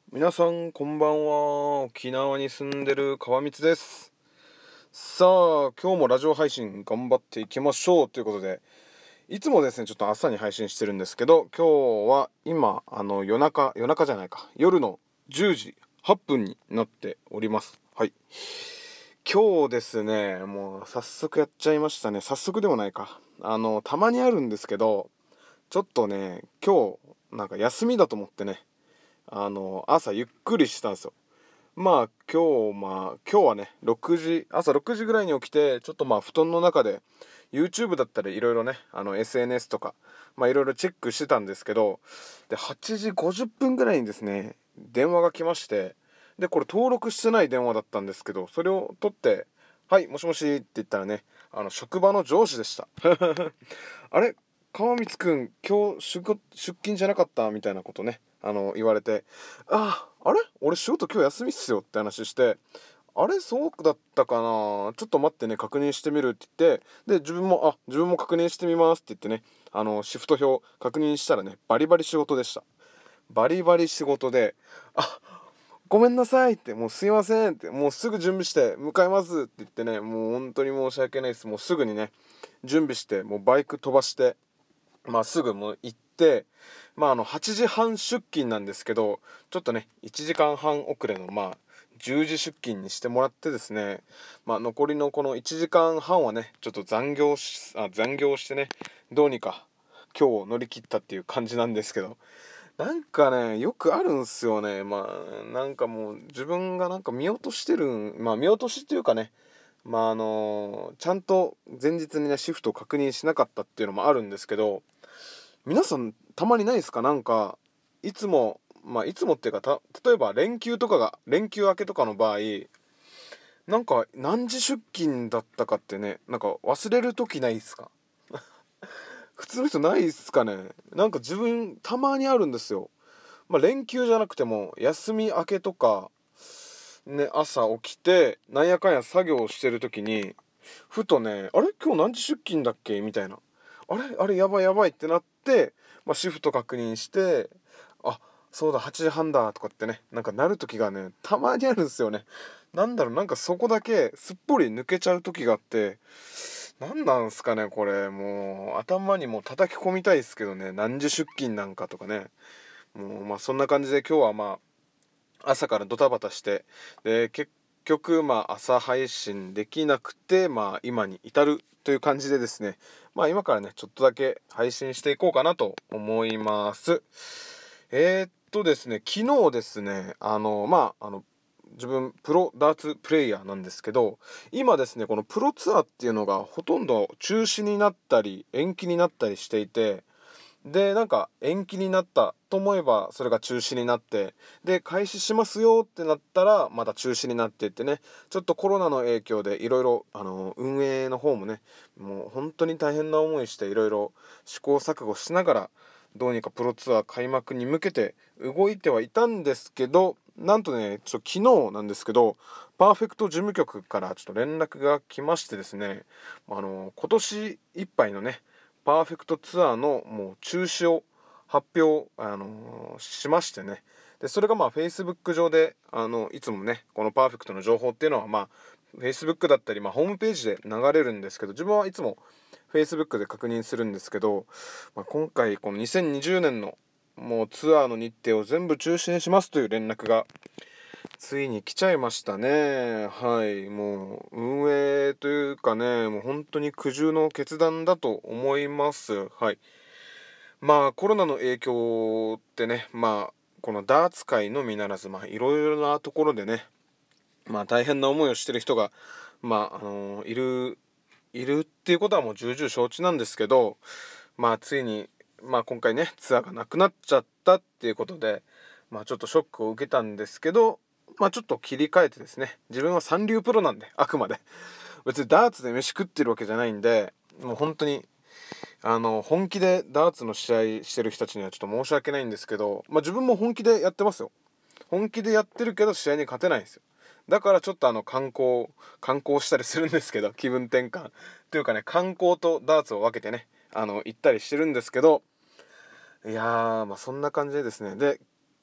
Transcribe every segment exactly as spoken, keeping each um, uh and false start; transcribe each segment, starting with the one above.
皆さんこんばんは。沖縄に住んでる川光です。さあ今日もラジオ配信頑張っていきましょうということで、いつもですねちょっと朝に配信してるんですけど、今日は今あの夜中夜中じゃないか夜のじゅうじはっぷんになっております。はい、今日ですねもう早速やっちゃいましたね。早速でもないか、あのたまにあるんですけど、ちょっとね今日なんか休みだと思ってね、あの朝ゆっくりしたんですよ。まあ今日まあ今日はねろくじ朝ろくじぐらいに起きて、ちょっとまあ布団の中で YouTube だったりいろいろね、あの エスエヌエス とかまあいろいろチェックしてたんですけど、ではちじごじゅっぷんぐらいにですね電話が来まして、でこれ登録してない電話だったんですけど、それを取って「はいもしもし」って言ったらね、あの職場の上司でした。あれ、川光くん今日出勤出勤じゃなかったみたいなことね、あの言われて、ああれ俺仕事今日休みっすよって話して、あれそうだったかな、ちょっと待ってね確認してみるって言って、で自分もあ自分も確認してみますって言ってね、あのシフト表確認したらねバリバリ仕事でした。バリバリ仕事で、あごめんなさいって、もうすいませんって、もうすぐ準備して向かいますって言ってね、もう本当に申し訳ないです。もうすぐにね準備して、もうバイク飛ばして、まあすぐもう行って、まああのはちじはん出勤なんですけど、ちょっとねいちじかんはん遅れのまあじゅうじ出勤にしてもらってですね、まあ残りのこのいちじかんはんはねちょっと残業しあ残業してね、どうにか今日を乗り切ったっていう感じなんですけど、なんかねよくあるんすよね。まあなんかもう自分がなんか見落としてるん、まあ見落としっていうかね、まああのちゃんと前日にねシフトを確認しなかったっていうのもあるんですけど、皆さんたまにないですか？なんかいつもまあいつもっていうか、た例えば連休とかが連休明けとかの場合、なんか何時出勤だったかってね、なんか忘れる時ないですか？普通の人ないっすかね。なんか自分たまにあるんですよ。まあ連休じゃなくても休み明けとかね、朝起きてなんやかんや作業してる時にふとね、あれ今日何時出勤だっけみたいな、あれあれやばいやばいってなって、まあ、シフト確認して、あそうだはちじはんだとかってね、なんかなる時がねたまにあるんですよね。なんだろう、なんかそこだけすっぽり抜けちゃう時があって、なんなんすかねこれ。もう頭にも叩き込みたいですけどね、何時出勤なんかとかね。もうまあそんな感じで今日はまあ朝からドタバタして、で結局まあ朝配信できなくて、まあ今に至るという感じでですね、まあ今からねちょっとだけ配信していこうかなと思います。えー、っとですね昨日ですね、あのまああの自分プロダーツプレイヤーなんですけど、今ですねこのプロツアーっていうのがほとんど中止になったり延期になったりしていて、でなんか延期になったと思えばそれが中止になって、で開始しますよってなったらまた中止になってってね、ちょっとコロナの影響でいろいろあの運営の方もね、もう本当に大変な思いしていろいろ試行錯誤しながら、どうにかプロツアー開幕に向けて動いてはいたんですけど、なんとねちょっと昨日なんですけど、パーフェクト事務局からちょっと連絡が来ましてですね、あの今年いっぱいのねパーフェクトツアーのもう中止を発表、あのーしましてね。でそれがまあ Facebook 上であのいつもねこのパーフェクトの情報っていうのはまあ Facebook だったり、まあ、ホームページで流れるんですけど、自分はいつも Facebook で確認するんですけど、まあ、今回このにせんにじゅうねんのもうツアーの日程を全部中止にしますという連絡がついに来ちゃいましたね。はい、もう運営というかね、もう本当に苦渋の決断だと思います。はい。まあコロナの影響ってね、まあこのダーツ界のみならず、まあいろいろなところでね、まあ大変な思いをしてる人が、まああのいるいるっていうことはもう重々承知なんですけど、まあついにまあ今回ねツアーがなくなっちゃったっていうことで、まあちょっとショックを受けたんですけど、まあちょっと切り替えてですね、自分は三流プロなんで、あくまで別にダーツで飯食ってるわけじゃないんで、もう本当にあの本気でダーツの試合してる人たちにはちょっと申し訳ないんですけど、まあ自分も本気でやってますよ。本気でやってるけど試合に勝てないんですよ。だからちょっとあの観光観光したりするんですけど、気分転換というかね、観光とダーツを分けてね、あの行ったりしてるんですけど、いやーまあそんな感じでですね、で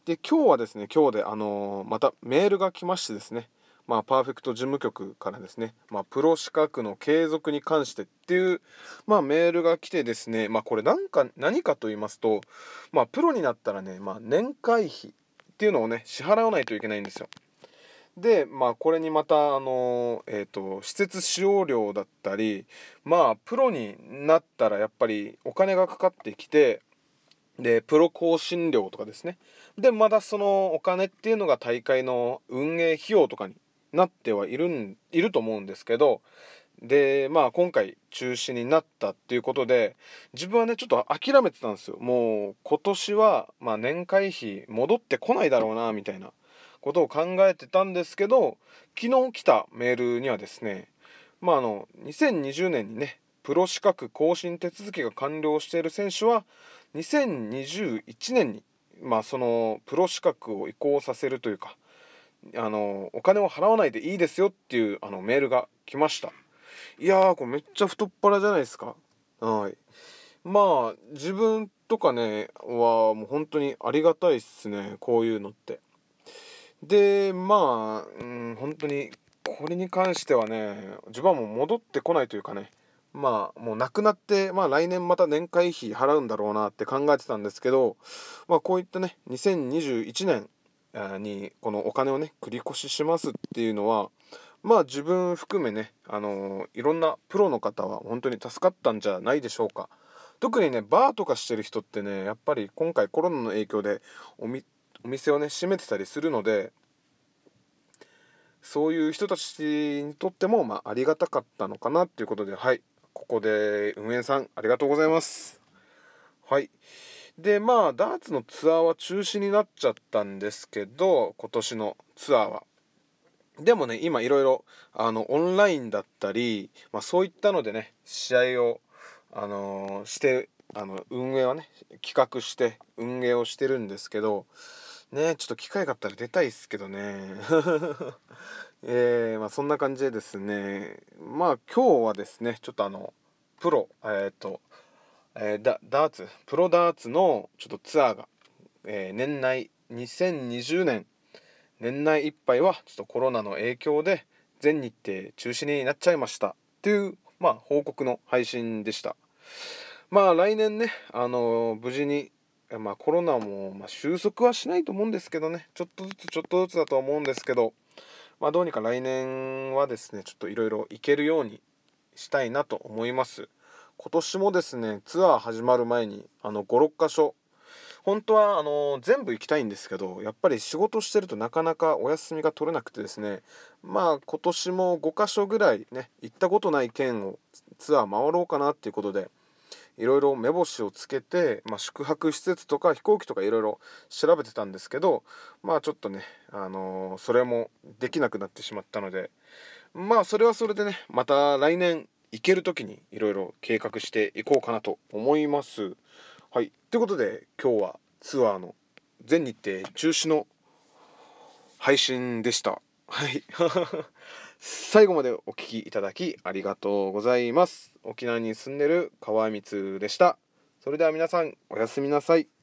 で今日はですね今日であのーまたメールが来ましてですね、まあパーフェクト事務局からですね、まあプロ資格の継続に関してっていうまあメールが来てですね、まあこれなんか何かと言いますと、まあプロになったらね、まあ年会費っていうのをね支払わないといけないんですよ。でまあこれにまたあのえっと施設使用料だったり、まあプロになったらやっぱりお金がかかってきて、でプロ更新料とかですね、でまだそのお金っていうのが大会の運営費用とかになってはいるんいると思うんですけど、でまあ今回中止になったっていうことで、自分はねちょっと諦めてたんですよ。もう今年はまあ年会費戻ってこないだろうなみたいなことを考えてたんですけど、昨日来たメールにはですね、まああのにせんにじゅうねんにねプロ資格更新手続きが完了している選手はにせんにじゅういちねんにまあそのプロ資格を移行させるというか、あのお金を払わないでいいですよっていうあのメールが来ました。いやーこれめっちゃ太っ腹じゃないですか。はい。まあ自分とかねはもう本当にありがたいっすね、こういうのって。でまあ、うん、本当にこれに関してはね自分はもう戻ってこないというかね、まあもうなくなって、まあ来年また年会費払うんだろうなって考えてたんですけど、まあこういったねにせんにじゅういちねんにこのお金をね繰り越ししますっていうのは、まあ自分含めね、あのーいろんなプロの方は本当に助かったんじゃないでしょうか。特にねバーとかしてる人ってねやっぱり今回コロナの影響でおみお店をね閉めてたりするので、そういう人たちにとってもまあありがたかったのかなっていうことで、はい、ここで運営さんありがとうございます。はい。でまあダーツのツアーは中止になっちゃったんですけど、今年のツアーはでもね今いろいろあのオンラインだったり、まあ、そういったのでね試合をあのーしてあの運営はね企画して運営をしてるんですけどね、ちょっと機会があったら出たいっすけどね。えー、まあそんな感じでですね、まあ今日はですねちょっとあのプロえっ、と、えーダ、ダーツプロダーツのちょっとツアーが、えー年内にせんにじゅうねん年内いっぱいはちょっとコロナの影響で全日程中止になっちゃいましたっていうまあ報告の配信でした。まあ来年ね、あのー無事に、まあコロナも、まあ、収束はしないと思うんですけどね、ちょっとずつちょっとずつだとは思うんですけど、まあどうにか来年はですね、ちょっといろいろ行けるようにしたいなと思います。今年もですね、ツアー始まる前に、あの、ご、ろっかしょ、本当はあの全部行きたいんですけど、やっぱり仕事してるとなかなかお休みが取れなくてですね、まあ今年もごかしょぐらいね行ったことない県をツアー回ろうかなっていうことでいろいろ目星をつけて、まあ、宿泊施設とか飛行機とかいろいろ調べてたんですけど、まあちょっとね、あのーそれもできなくなってしまったので、まあそれはそれでねまた来年行ける時にいろいろ計画していこうかなと思います。はい、ということで今日はツアーの全日程中止の配信でした。はい。最後までお聞きいただきありがとうございます。沖縄に住んでる川光でした。それでは皆さんおやすみなさい。